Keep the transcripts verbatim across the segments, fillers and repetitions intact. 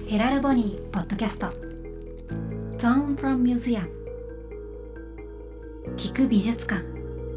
ヘラルボニーポッドキャスト Tone from Museum 聞く美術館。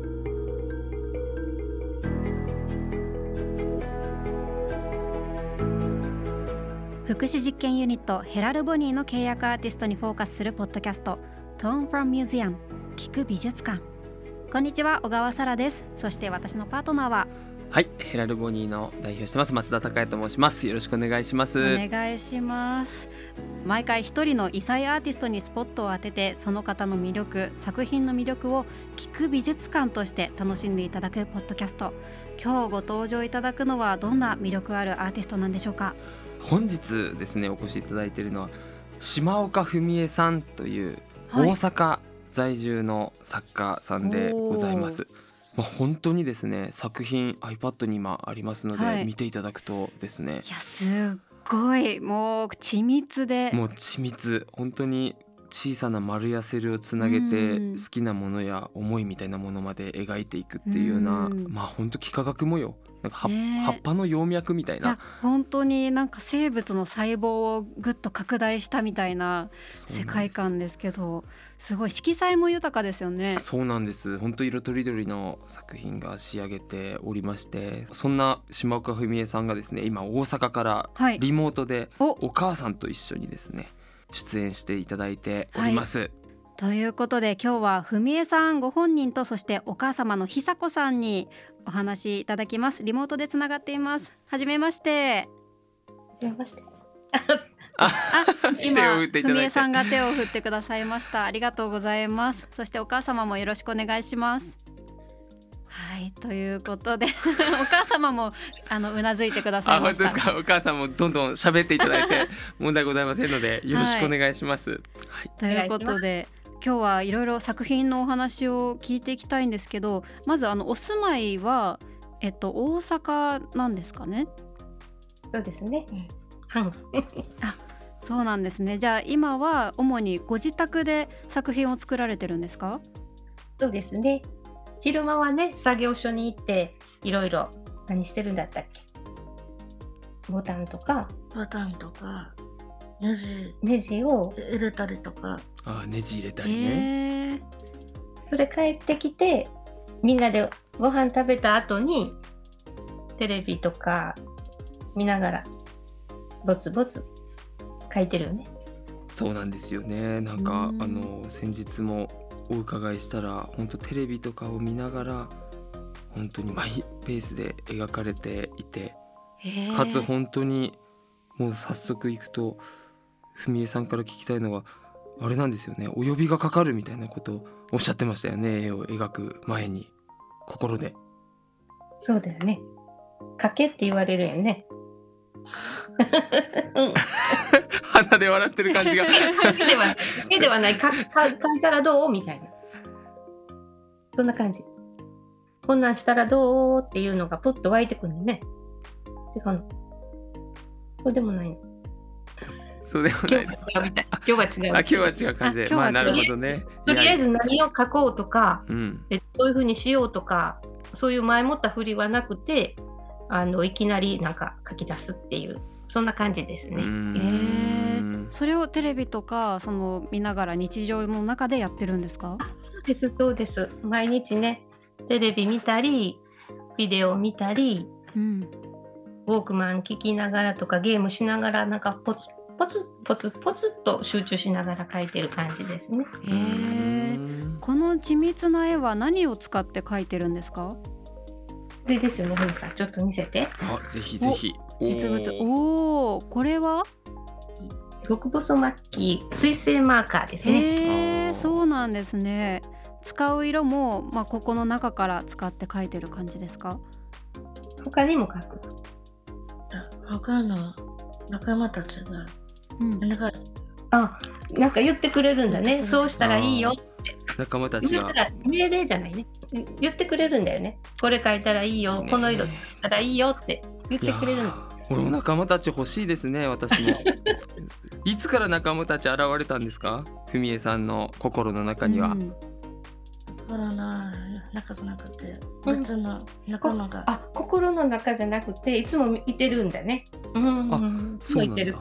福祉実験ユニットヘラルボニーの契約アーティストにフォーカスするポッドキャスト Tone from Museum 聞く美術館。こんにちは、小川沙羅です。そして私のパートナーは、 はい、ヘラルボニーの代表してます松田孝也と申します。よろしくお願いします。 お願いします。毎回一人の異彩アーティストにスポットを当てて、その方の魅力、作品の魅力を聞く美術館として楽しんでいただくポッドキャスト。今日ご登場いただくのはどんな魅力あるアーティストなんでしょうか。 本日ですね、お越しいただいているのは島岡文江さんという大阪在住の作家さんでございます。まあ、本当にですね、作品 iPad に今ありますので、はい、見ていただくとですね、 いやすっごいもう緻密で、 もう緻密、本当に小さな丸やセルをつなげて好きなものや思いみたいなものまで描いていくっていうような、うまあ本当幾何学模様、なんか 葉,、ね、葉っぱの葉脈みたいな、いや本当になんか生物の細胞をぐっと拡大したみたいな世界観ですけど、すごい色彩も豊かですよね。 そうなんです。本当色とりどりの作品が仕上げておりまして、そんな島岡文江さんがですね、今大阪からリモートでお母さんと一緒にですね、出演していただいております、はい。 ということで今日は文江さんご本人と、そしてお母様の久子さんにお話いただきます。リモートでつながっています。はじめまして。 はじめましてあ今文江さんが手を振ってくださいました。ありがとうございます。そしてお母様もよろしくお願いします。はい、ということでお母様もあのうなずいてくださいました。 あ、本当ですか。お母さんもどんどん喋っていただいて問題ございませんのでよろしくお願いします、はいはい、 ということで今日はいろいろ作品のお話を聞いていきたいんですけど、まずあのお住まいは、えっと、大阪なんですかね。 そうですね、うん、 あ、そうなんですね。じゃあ今は主にご自宅で作品を作られてるんですか。 そうですね、昼間はね作業所に行っていろいろ何してるんだったっけ、ボタンとかボタンとかネジネジを入れたりとか、 あ、ネジ入れたりね、 えー、 それ帰ってきてみんなでご飯食べた後にテレビとか見ながらぼつぼつ書いてるよね。 そうなんですよね。なんかあの先日もお伺いしたら、本当テレビとかを見ながら本当にマイペースで描かれていて、かつ本当にもう早速行くと文江さんから聞きたいのがあれなんですよね、お呼びがかかるみたいなことをおっしゃってましたよね。絵を描く前に心で。 そうだよね、書けって言われるよねうん、 鼻で笑ってる感じが書けでは書けではないかか書いたらどうみたいな、そんな感じ。こんなんしたらどうっていうのがプッと湧いてくるのね。違うの、そうでもないの。 そうでもないです。 今日は違う。 あ、今日は違う感じで、まあなるほどね。 とりあえず何を書こうとか、 うん、 でどういうふうにしようとか、そういう前もったふりはなくて、あのいきなりなんか書き出すっていう、そんな感じですね。 えー、それをテレビとかその見ながら日常の中でやってるんですか。 そうですそうです。毎日ねテレビ見たりビデオ見たり、うん、ウォークマン聞きながらとかゲームしながら、なんかポツポツポツポツっと集中しながら描いてる感じですね。 へー、この緻密な絵は何を使って描いてるんですか。 これですよね、ふみさん、ちょっと見せて。 あ、ぜひぜひ。 実物。おお、これは極細末期水性マーカーですね。 へー、そうなんですね。使う色も、まあ、ここの中から使って描いてる感じですか。 他にも描く。 他の仲間たちが、うん、なんかあ、なんか言ってくれるんだね、うん、そうしたらいいよって仲間たちが命令じゃないね、言ってくれるんだよね。これ描いたらいいよ、いいね、この色描いたらいいよって言ってくれるんだ。 俺も仲間たち欲しいですね、私もいつから仲間たち現れたんですか、文江さんの心の中には。うん、 心の中じゃなくて別の仲間が、 うん、あ、心の中じゃなくていつもいてるんだね。うん、 あ、そうなんだ。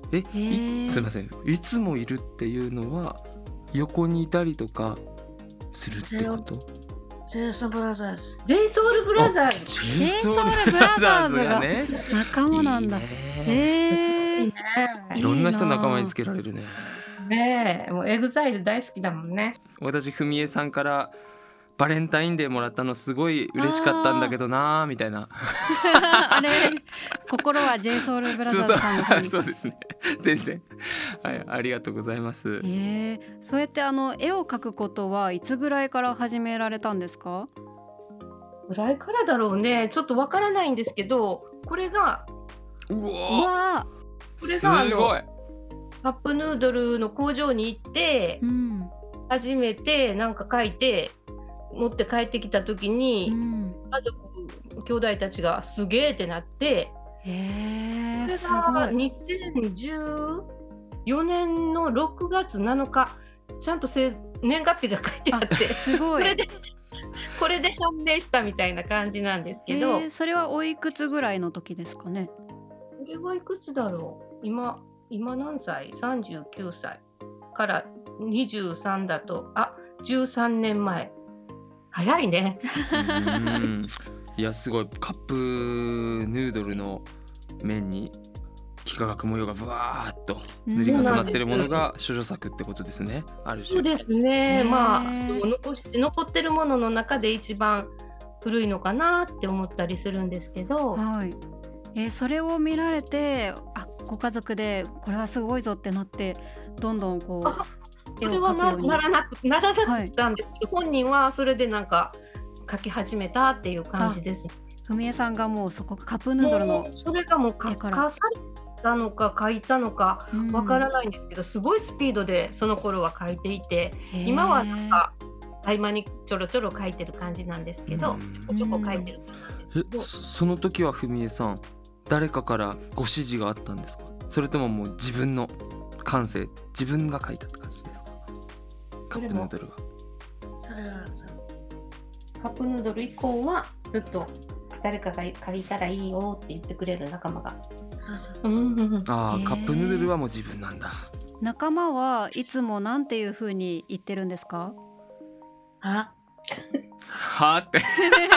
えいすいません、いつもいるっていうのは横にいたりとかするってこと？ ジェイソウルブラザーズ。 ジェイソウルブラザーズ。 ジェイソウルブラザーズがね、 仲間なんだ。 いいね、 えー、 いろんな人仲間につけられるね。 ねえ、もうエグザイル大好きだもんね。 私ふみえさんからバレンタインデーもらったのすごい嬉しかったんだけどなみたいなあれ心は ジェイソウルブラザーズさんの方にそうですね、全然、はい、ありがとうございます。 えー、そうやってあの絵を描くことはいつぐらいから始められたんですか？ ぐらいからだろうね、ちょっとわからないんですけど、これがううわわこれがあのすごいカップヌードルの工場に行ってー、うん、 初めてなんか書いて持って帰ってきた時うに、 ん、 家族兄弟たちがすげーってなって、 えー、 それすごがい。 にせんじゅうよねんのろくがつなのか、ちゃんとせ年月日が書いてあって、 すごい。 これでこれで判明したみたいな感じなんですけど、 えー、それはおいくつぐらいの時ですかね？ これはいくつだろう、今今何歳？さんじゅうきゅうさいからにじゅうさんだと、あ、じゅうさんねんまえ。早いね。 うんいやすごい、カップヌードルの面に幾何学模様がブワーっと塗り重なってるものが処女作ってことですね、ある種。 そうですね、まあへー残して残ってるものの中で一番古いのかなって思ったりするんですけど、 はい。えー、それを見られて、あ、ご家族でこれはすごいぞってなってどんどんこあう絵をそれはな描くように。 ならなくならなかったんですけど、本人はそれでなんか描き始めたっていう感じです。 ふみえさんがもうそこカップヌードルのもうそれがもう書絵からかされたのか書いたのかわからないんですけど、すごいスピードでその頃は書いていて、今はなんか合間にちょろちょろ書いてる感じなんですけど、 うんちょこちょこ書いてる感じなんですけど、 えそその時はふみえさん誰かからご指示があったんですか？それとももう自分の感性、自分が書いたって感じですか？カップヌードルは。 それはカップヌードル以降はずっと誰かが書いたらいいよって言ってくれる仲間が。 そうそううんうんうん、 ああ、 へーカップヌードルはもう自分なんだ。 仲間はいつもなんていう風に言ってるんですか？ あ、 はあって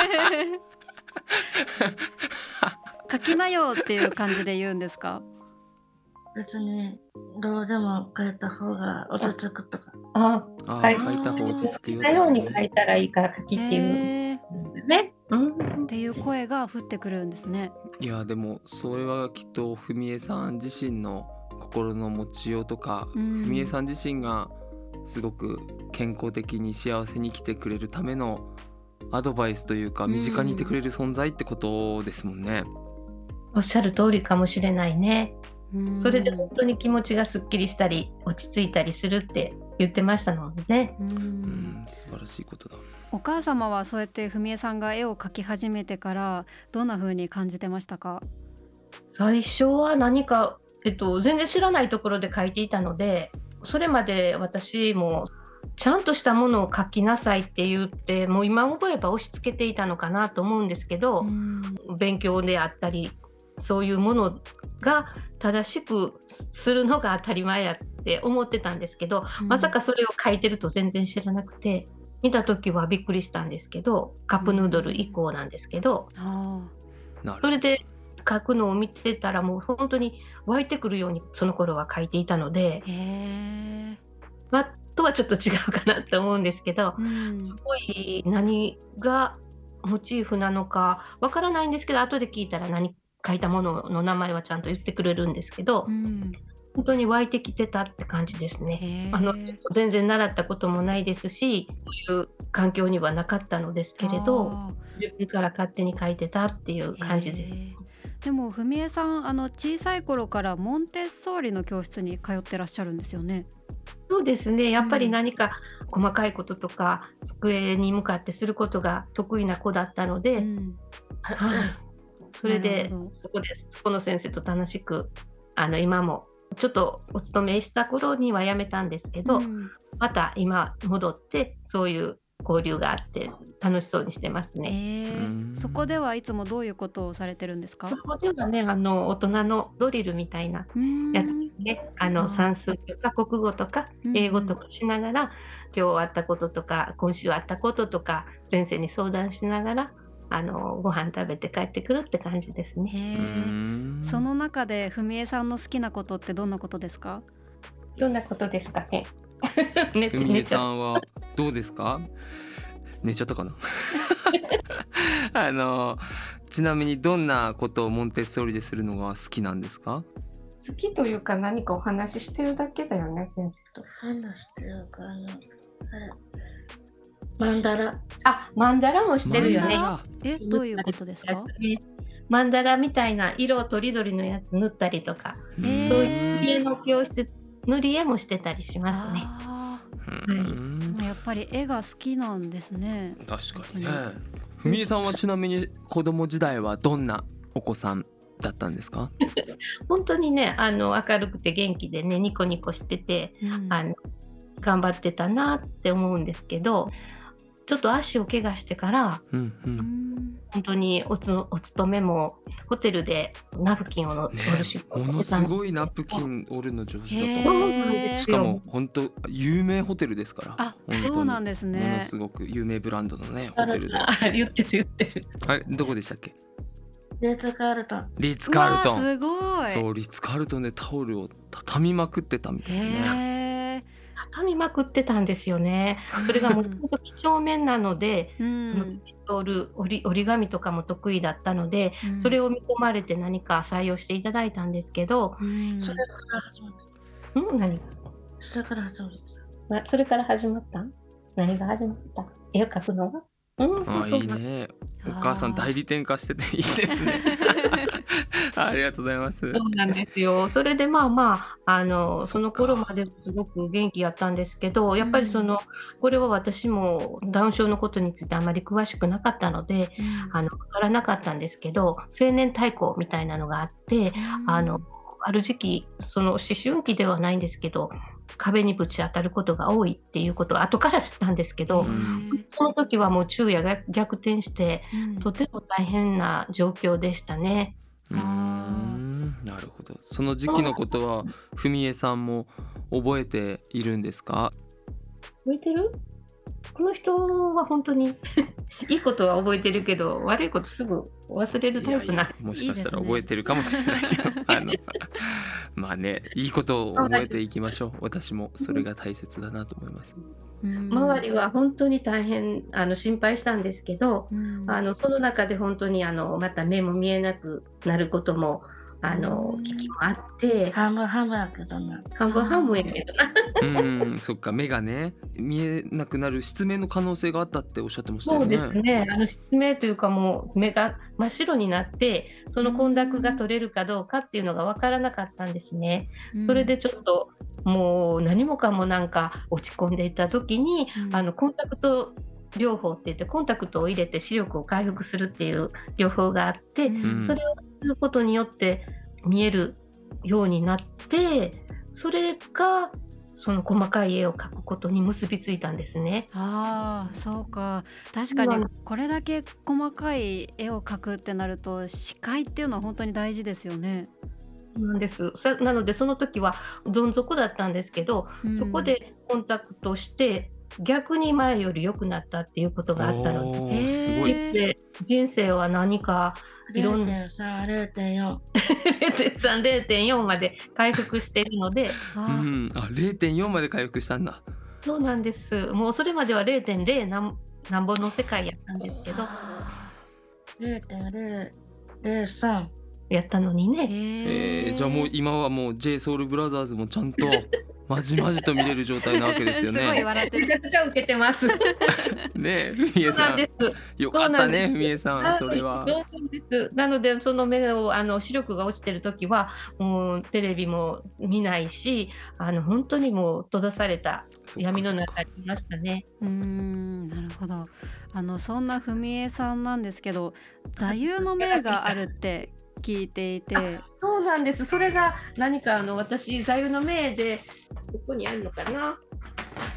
書きなよっていう感じで言うんですか？ 別にどうでも書いた方が落ち着くとか。 あああ、 はい書いた方落ち着くよ書いたように書いたらいいから書きっていうへーね。うんっていう声が降ってくるんですね。 いやでもそれはきっとふみえさん自身の心の持ちようとか、 うふんみえさん自身がすごく健康的に幸せに生きてくれるためのアドバイスというか、 うん身近にいてくれる存在ってことですもんね。 おっしゃる通りかもしれないね。 うんそれで本当に気持ちがすっきりしたり落ち着いたりするって言ってましたのでね。 ううんん、素晴らしいことだ。 お母様はそうやってふみえさんが絵を描き始めてからどんな風に感じてましたか？ 最初は何か、えっと、全然知らないところで書いていたので、それまで私もちゃんとしたものを書きなさいって言って、もう今思えば押し付けていたのかなと思うんですけど、 うん勉強であったりそういうものが正しくするのが当たり前やって思ってたんですけど、 うんまさかそれを書いてると全然知らなくて、見た時はびっくりしたんですけど、カップヌードル以降なんですけど、 あなるそれで書くのを見てたらもう本当に湧いてくるようにその頃は書いていたので、 ーへーまあ、とはちょっと違うかなと思うんですけど、 うんすごい何がモチーフなのかわからないんですけど、後で聞いたら何書いたものの名前はちゃんと言ってくれるんですけど、 うん本当に湧いてきてたって感じですね。 へーあの全然習ったこともないですし、そういう環境にはなかったのですけれど、 あ自分から勝手に書いてたっていうー感じです。 へーでもふみえさん、あの小さい頃からモンテッソーリの教室に通ってらっしゃるんですよね。 そうですね、やっぱり何か細かいこととか机に向かってすることが得意な子だったので、 うんはい、それなでるほどそこでそこの先生と楽しく、あの今もちょっとお勤めした頃には辞めたんですけど、 うんまた今戻ってそういう交流があって楽しそうにしてますね。 えー、そこではいつもどういうことをされてるんですか？ そこではね、あの大人のドリルみたいなやつね、あの算数とか国語とか英語とかしながら、今日あったこととか今週あったこととか先生に相談しながらあのご飯食べて帰ってくるって感じですね。 へー。その中でふみえさんの好きなことってどんなことですか？ どんなことですかね。 ふみえさんはどうですか？寝ちゃったかなあのちなみにどんなことをモンテッソーリでするのが好きなんですか？ 好きというか何かお話ししてるだけだよね、先生と。 話してるかな。マンダラ。 あ、マンダラもしてるよね。 え、どういうことですか？ マンダラみたいな色とりどりのやつ塗ったりとか、そういう家の教室塗り絵もしてたりしますね。 はい、やっぱり絵が好きなんですね。 確かにね。ふみえさんはちなみに子供時代はどんなお子さんだったんですか？ 本当にね、あの明るくて元気でね、ニコニコしてて、うん、あの頑張ってたなって思うんですけど、ちょっと足を怪我してから、うんうん、本当におつお勤めもホテルでナプキンを折る仕事、 ね、ものすごいナプキン折るの上手だと思う。しかも本当有名ホテルですから。 あ、そうなんですね。 ものすごく有名ブランドのねホテルで。 言ってる言ってる。 あれどこでしたっけ？ リッツ・カールトン。 リッツ・カールトン。 すごい。 そうリッツ・カールトンでタオルを畳みまくってたみたいね。 畳みまくってたんですよね。それがもともと几帳面なので、うん、そのピストル折り、折り紙とかも得意だったので、うん、それを見込まれて何か採用していただいたんですけど、うん、 それから始まった。 うん、何が？ それから始まった。 それから始まった？何が始まった？絵を描くのが？ うん、あ、いいね。お母さん代理店化してていいですね。ありがとうございます。 そうなんですよ。それでまあまあ、あのその頃まですごく元気やったんですけど、やっぱりその、うん、これは私もダウン症のことについてあまり詳しくなかったので、うん、あの分からなかったんですけど、青年対抗みたいなのがあって、うん、あのある時期その思春期ではないんですけど、壁にぶち当たることが多いっていうことを後から知ったんですけど、うん、その時はもう昼夜が逆転して、うん、とても大変な状況でしたね。 うーん、なるほど。その時期のことはふみえさんも覚えているんですか？ 覚えてる？この人は本当にいいことは覚えてるけど悪いことすぐ忘れるタイプな。いやいや、 もしかしたら覚えてるかもしれないけど、いいあのまあね、いいことを覚えていきましょう。私もそれが大切だなと思います。 周りは本当に大変あの心配したんですけど、あのその中で本当にあのまた目も見えなくなることもあの危機もあって、 半分半分やけどな。 半分半分やけどな。うん、そっか、目がね見えなくなる失明の可能性があったっておっしゃってましたよね。 そうですね。あの失明というかもう目が真っ白になってその混濁が取れるかどうかっていうのが分からなかったんですね。それでちょっともう何もかもなんか落ち込んでいた時に、うん、あのコンタクト療法って言ってコンタクトを入れて視力を回復するっていう療法があって、うん、それをすることによって見えるようになって、それがその細かい絵を描くことに結びついたんですね。 ああ、そうか。確かにこれだけ細かい絵を描くってなると視界っていうのは本当に大事ですよね。 なんです。なのでその時はどん底だったんですけど、うん、そこでコンタクトして逆に前より良くなったっていうことがあったので、すごい人生は何かいろんなゼロてんよんゼロてんよん まで回復しているのであ、うん、あ ゼロてんよん まで回復したんだ。 そうなんです。もうそれまでは ゼロてんゼロ 何, 何本の世界やったんですけどゼロてんゼロゼロさんやったのにね。 えー、じゃあもう今はもう J ソウルブラザーズもちゃんとまじまじと見れる状態なわけですよね。 すごい笑ってる。 めちゃくちゃ受けてます。ねえ、ふみえさん。よかったね、ふみえさん、それは。 そうなんです。なのでその目をあの視力が落ちてる時はもうテレビも見ないし、あの本当にもう閉ざされた闇の中にいましたね。 うーん、なるほど。あのそんなふみえさんなんですけど、座右の銘があるって聞いていて。 そうなんです。それが何かあの私座右の銘でここにあるのかな。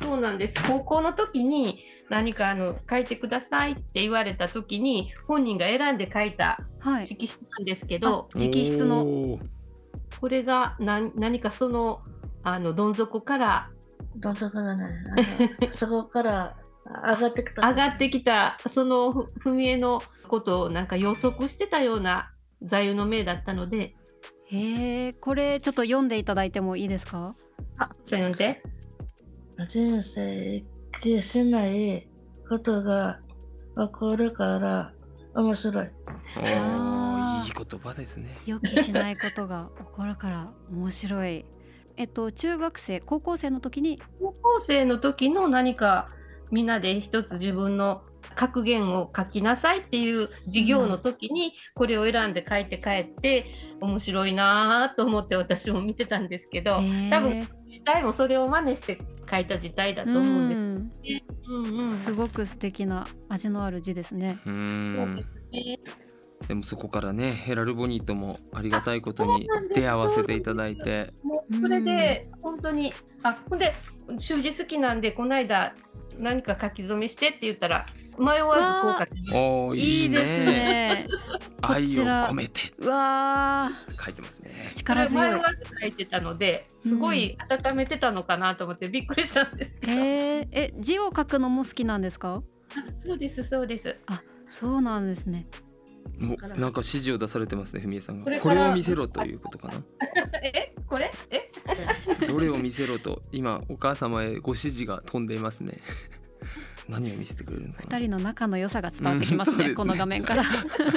そうなんです。高校の時に何かあの書いてくださいって言われた時に本人が選んで書いた色紙なんですけど、 はい、直筆のこれが 何, 何かそのあのどん底からどん底がねそこから上がってきた上がってきたそのふみえのことをなんか予測してたような座右の銘だったので。 へえ、これちょっと読んでいただいてもいいですか？ あ、じゃあ読んで。 人生気しないことが起こるから面白い。 あー、いい言葉ですね。 予期しないことが起こるから面白い。えっと中学生高校生の時に高校生の時の何かみんなで一つ自分の格言を書きなさいっていう授業の時にこれを選んで書いて帰って面白いなと思って私も見てたんですけど、多分時代もそれを真似して書いた時代だと思うんですね。うんうんうん、 すごく素敵な味のある字ですね。 うーん、でもそこからねヘラルボニーともありがたいことに出会わせていただいて、 もうそれで本当にあほんで習字好きなんでこの間何か書き初めしてって言ったら迷わずこう書きました。 おー、いいね。 いいですね。 愛を込めてうわ書いてますね。 力強い。迷力強い。 わず書いてたのですごい温めてたのかなと思ってびっくりしたんですけど、 うん、ええ字を書くのも好きなんですか？ そうですそうです。 あ、そうなんですね。 もうなんか指示を出されてますね、ふみえさんが。 これこれを見せろということかな。 えこれえどれを見せろと今お母様へご指示が飛んでいますね。何を見せてくれるのかな。 二人の仲の良さが伝わってきますね、うん、すねこの画面から。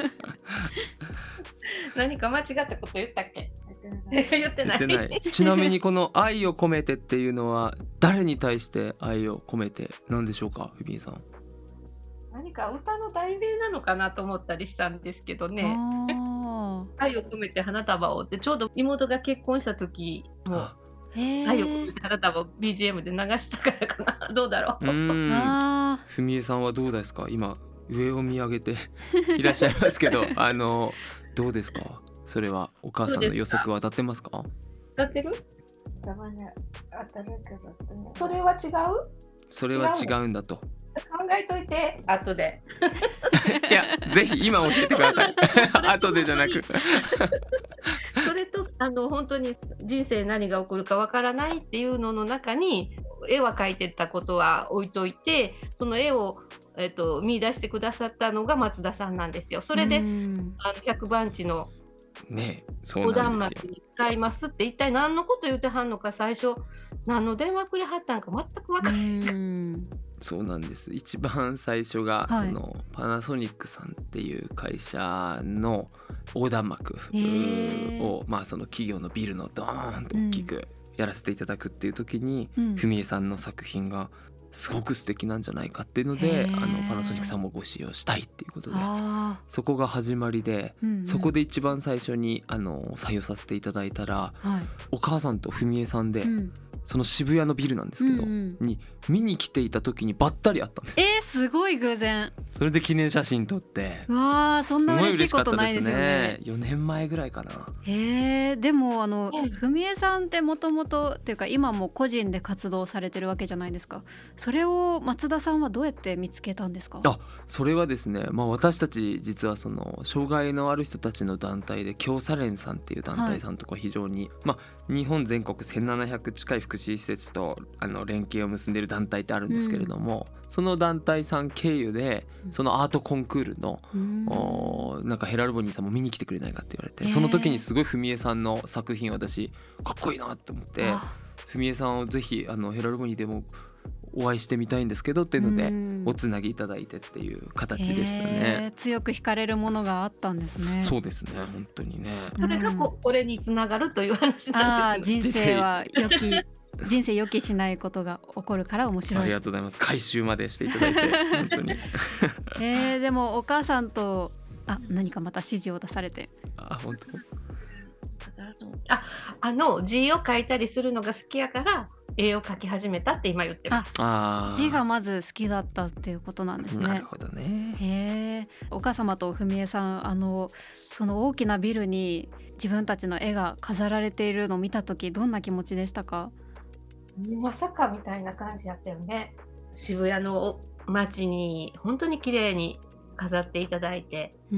何か間違ったこと言ったっけ？言ってない。 言ってない。ちなみにこの愛を込めてっていうのは誰に対して愛を込めてなんでしょうか、ふみえさん。 何か歌の題名なのかなと思ったりしたんですけどね。愛を込めて花束をってちょうど妹が結婚した時も愛を込めて花束を ビージーエム で流したからかな。どうだろう。うーん、ふみえさんはどうですか？今上を見上げていらっしゃいますけどあのどうですか？それはお母さんの予測は当たってますか？ 当たってる？ たまに当たるけど、 それは違う？ それは違うんだと。 考えといて後で。 いやぜひ今教えてください。後でじゃなく。 それとあの本当に人生何が起こるかわからないっていうのの中に絵は描いてたことは置いといて、その絵を、えっと、見出してくださったのが松田さんなんですよ。それであの百番地のね、そうなんですよ。 横断幕に使いますって一体何のこと言ってはんのか最初何の電話くれはったんか全く分からない。 そうなんです。一番最初が、はい、そのパナソニックさんっていう会社の横断幕を、まあ、その企業のビルのドーンと大きくやらせていただくっていう時に、うん、ふみえさんの作品がすごく素敵なんじゃないかっていうので、あのパナソニックさんもご使用したいっていうことでそこが始まりで、うんうん、そこで一番最初にあの採用させていただいたら、はい、お母さんとふみえさんで、うん、その渋谷のビルなんですけど、うんうん、に見に来ていた時にばったり会ったんです。 えー、すごい偶然。 それで記念写真撮って、 うわー、そんな嬉しいことないですよね。 よねんまえぐらいかな。 えー、でもあのふみえさんってもともとっていうか今も個人で活動されてるわけじゃないですか。それを松田さんはどうやって見つけたんですか？ あ、それはですね、まあ、私たち実はその障害のある人たちの団体で京サレンさんっていう団体さんとか非常に、はい、まあ、日本全国せんななひゃく近い福祉施設とあの連携を結んでいる団体ってあるんですけれども、うん、その団体さん経由でそのアートコンクールの、うん、なんかヘラルボニーさんも見に来てくれないかって言われて、その時にすごいふみえさんの作品私かっこいいなって思ってふみえさんをぜひあのヘラルボニーでもお会いしてみたいんですけどっていうのでおつなぎいただいてっていう形でしたね。 強く惹かれるものがあったんですね。 そうですね、本当にね。 それがここれにつながるという話なんですけど、 人生は良き人生予期しないことが起こるから面白い。 ありがとうございます。回収までしていただいて本当に。 えー、でもお母さんとあ何かまた指示を出されて。 あ、本当。 あ、あの字を書いたりするのが好きやから絵を描き始めたって今言ってます。 あ、字がまず好きだったっていうことなんですね。 なるほどね。 へー、お母様とふみえさん、あのその大きなビルに自分たちの絵が飾られているのを見たときどんな気持ちでしたか？ まさかみたいな感じやったよね。渋谷の街に本当に綺麗に飾っていただいて、うん、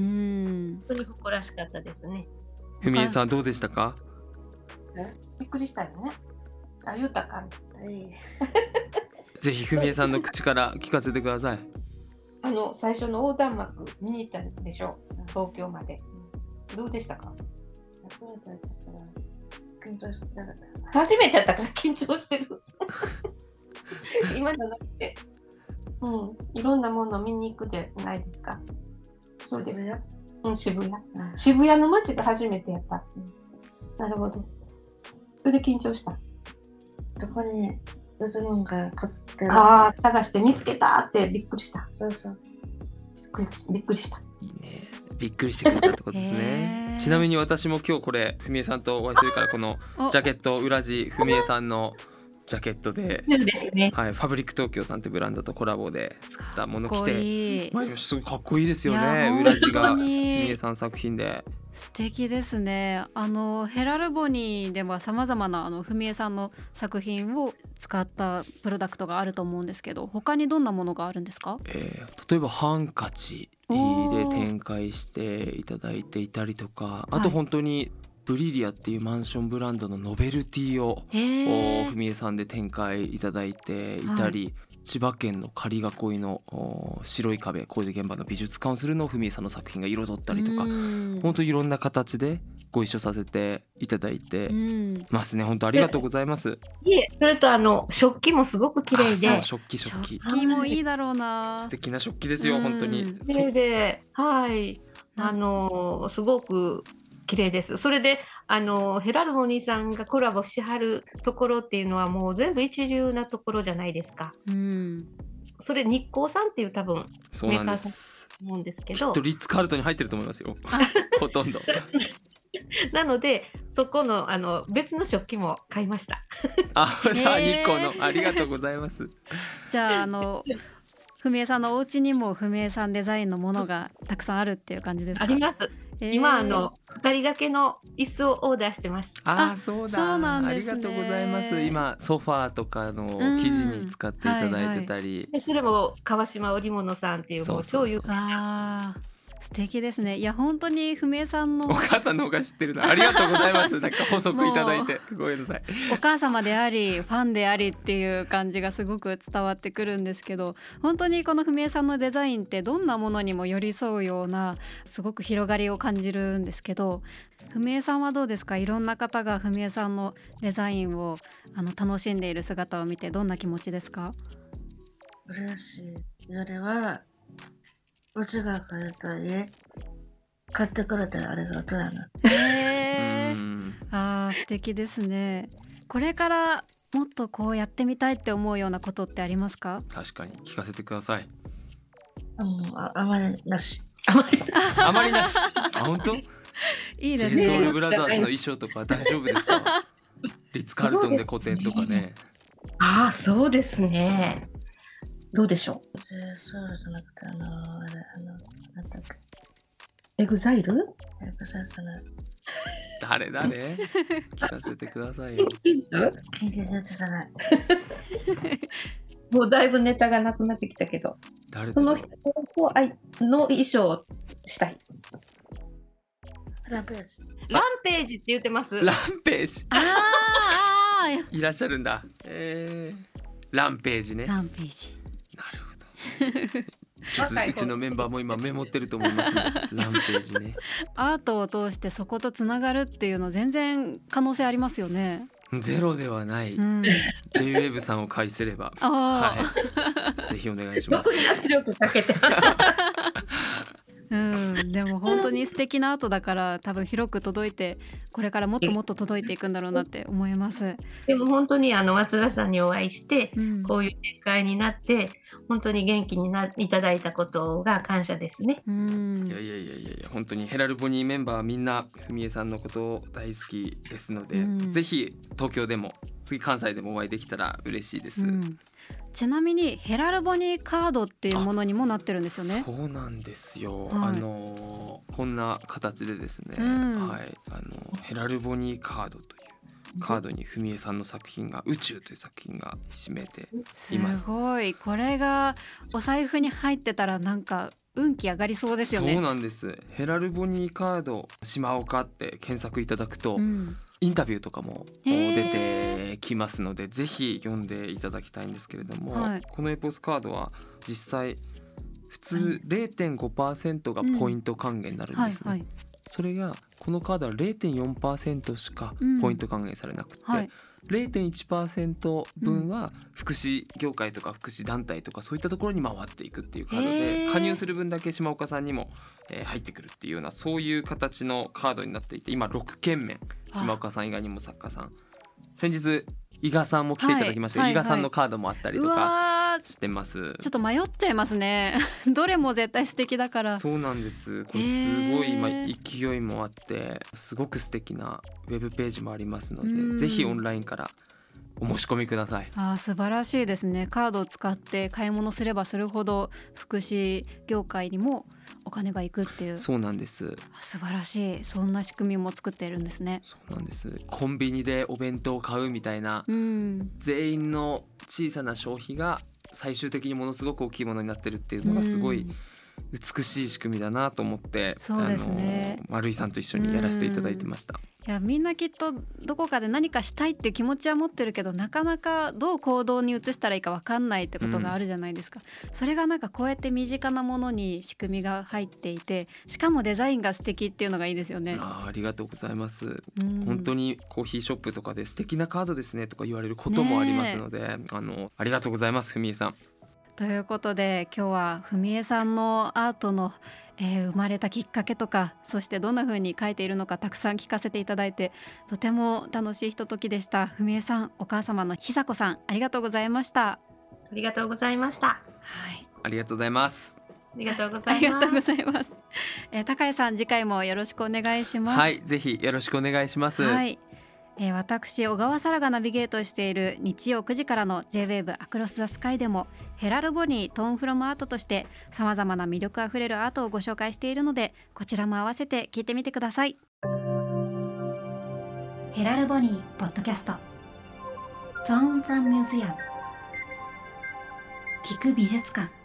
本当に誇らしかったですね。 ふみえさんどうでしたか？ びっくりしたよね。あ、豊かにぜひふみえさんの口から聞かせてください。 あの最初の横断幕見に行ったんでしょう、東京まで。どうでしたか？緊張してた。初めてやったから緊張してる今じゃなくて、うん、いろんなものを見に行くじゃないですか。そうです。渋谷、うん、渋谷、うん、渋谷の街が初めてやった、うん、なるほど。それで緊張した。 どこにうつもんがこつってる。 ああ、探して見つけたってびっくりした。 そうそう、 びっくりした。 いいね、びっくりしてくれたってことですねちなみに私も今日これふみえさんとお会いするから、このジャケット裏地ふみえさんのジャケットで、 ね、 はい、ファブリック東京さんってブランドとコラボで作ったもの着てまいりました。すごいかっこいいですよね。裏地がふみえさん作品で素敵ですね。あのヘラルボニーではさまざまなあのふみえさんの作品を使ったプロダクトがあると思うんですけど、他にどんなものがあるんですか？ えー、例えばハンカチで展開していただいていたりとか、あと本当にブリリアっていうマンションブランドのノベルティをふみえさんで展開いただいていたり、はい、千葉県の仮囲いの白い壁工事現場の美術館をするのをふみえさんの作品が彩ったりとか、本当にいろんな形でご一緒させていただいてますね。本当ありがとうございます。 いえ、それとあの食器もすごく綺麗で、 そう食器食器食器もいいだろうな。 素敵な食器ですよ本当に。 綺麗で、はい、あのすごく綺麗です。それであのヘラルボニーさんがコラボしはるところっていうのはもう全部一流なところじゃないですか。うん、それ日光さんっていう多分メーカーさんと思うんですけど、 きっとリッツカールトンに入ってると思いますよほとんどなのでそこのあの別の食器も買いましたあ、じゃあ日光のありがとうございます。 じゃああのふみえさんのお家にもふみえさんデザインのものがたくさんあるっていう感じですか？ あります。えー、今あのふたり掛けの椅子をオーダーしてます。 ああ、そうだ。そうなんですね。ありがとうございます。今ソファーとかの生地に使っていただいてたり、 はいはい、それも川島織物さんっていう、もうそういう。 あー、素敵ですね。いや本当にふみえさんのお母さんの方が知ってるな。ありがとうございますなんか補足いただいてごめんなさい。 お母様でありファンでありっていう感じがすごく伝わってくるんですけど、本当にこのふみえさんのデザインってどんなものにも寄り添うようなすごく広がりを感じるんですけど、ふみえさんはどうですか？いろんな方がふみえさんのデザインをあの楽しんでいる姿を見てどんな気持ちですか？ 嬉しい。それはうちが買えた家買ってくれてありがとうやな。 へー、あー素敵ですね。これからもっとこうやってみたいって思うようなことってありますか？ 確かに聞かせてください。 うん、あ, あまりなし。 あまりあまりなし。あ、本当？いいですね。 ジリソウルブラザーズの衣装とか大丈夫ですか？リッツカールトンで個展とかね。 ああ、そうですね。どうでしょう？ そうじゃなくてあのあれあのなんだっけ。 エグザイル？ エグザイルじゃない。 誰誰？聞かせてくださいよ。 キンキンじゃない。 もうだいぶネタがなくなってきたけど。 誰その人の衣装をしたい。 ランページ。 ランページって言ってます。 ランページ。 ああ、 いらっしゃるんだ。えー、ランページね。 ランページ。 なるほど。ちょっとうちのメンバーも今メモってると思いますね。ランページね。 アートを通してそことつながるっていうの全然可能性ありますよね。 ゼロではない、うん、ジェイウェーブ さんを介すれば、はい、ぜひお願いします。 圧力かけてうん、でも本当に素敵なアートだから多分広く届いてこれからもっともっと届いていくんだろうなって思います。 でも本当にあの松田さんにお会いして、うん、こういう展開になって本当に元気にないただいたことが感謝ですね。 うん、いやいやいやいや本当にヘラルボニーメンバーみんなふみえさんのこと大好きですので、うん、ぜひ東京でも次関西でもお会いできたら嬉しいです。うん、 ちなみにヘラルボニーカードっていうものにもなってるんですよね。 そうなんですよ、はい、あのこんな形でですね、うん、はい、あのヘラルボニーカードというカードに文江さんの作品が宇宙という作品がひしめいています。 すごい。これがお財布に入ってたらなんか運気上がりそうですよね。 そうなんです。ヘラルボニーカード島岡って検索いただくと、うん、インタビューとかも出てきますのでぜひ読んでいただきたいんですけれども、はい、このエポスカードは実際普通 れいてんごパーセント がポイント還元になるんですね、うんはいはい、それがこのカードは れいてんよんパーセント しかポイント還元されなくて、うんはい、れいてんいちパーセント 分は福祉業界とか福祉団体とかそういったところに回っていくっていうカードで、加入する分だけ島岡さんにも入ってくるっていうようなそういう形のカードになっていて、今ろくけんめん島岡さん以外にも作家さん、先日伊賀さんも来ていただきまして、はいはいはい、伊賀さんのカードもあったりとかしてます。 ちょっと迷っちゃいますねどれも絶対素敵だから。 そうなんです。これすごい今勢いもあってすごく素敵なウェブページもありますので、ぜひオンラインからお申し込みください。 あ、素晴らしいですね。カードを使って買い物すればするほど福祉業界にもお金がいくっていう。 そうなんです。 素晴らしい。そんな仕組みも作っているんですね。 そうなんです。コンビニでお弁当を買うみたいな、うん、全員の小さな消費が最終的にものすごく大きいものになってるっていうのがすごい美しい仕組みだなと思って、 そうですね、 あの丸井さんと一緒にやらせていただいてました。 いや、みんなきっとどこかで何かしたいっていう気持ちは持ってるけど、なかなかどう行動に移したらいいか分かんないってことがあるじゃないですか、うん、それがなんかこうやって身近なものに仕組みが入っていて、しかもデザインが素敵っていうのがいいですよね。 あ, ありがとうございます、うん、本当にコーヒーショップとかで素敵なカードですねとか言われることもありますので、あのありがとうございます文江さん。 ということで今日は文江さんのアートの、えー、生まれたきっかけとか、そしてどんな風に描いているのかたくさん聞かせていただいてとても楽しいひとときでした。文江さん、お母様の久子さん、ありがとうございました。 ありがとうございました。はい、 ありがとうございます。 ありがとうございます。 ありがとうございます。えー、高谷さん、次回もよろしくお願いします。 はい、ぜひよろしくお願いします。 はい、えー、私小川沙羅がナビゲートしている日曜くじからの ジェイウェーブ アクロスザスカイでもヘラルボニートーンフロムアートとしてさまざまな魅力あふれるアートをご紹介しているので、こちらも合わせて聞いてみてください。ヘラルボニーポッドキャスト Tone from Museum 聞く美術館。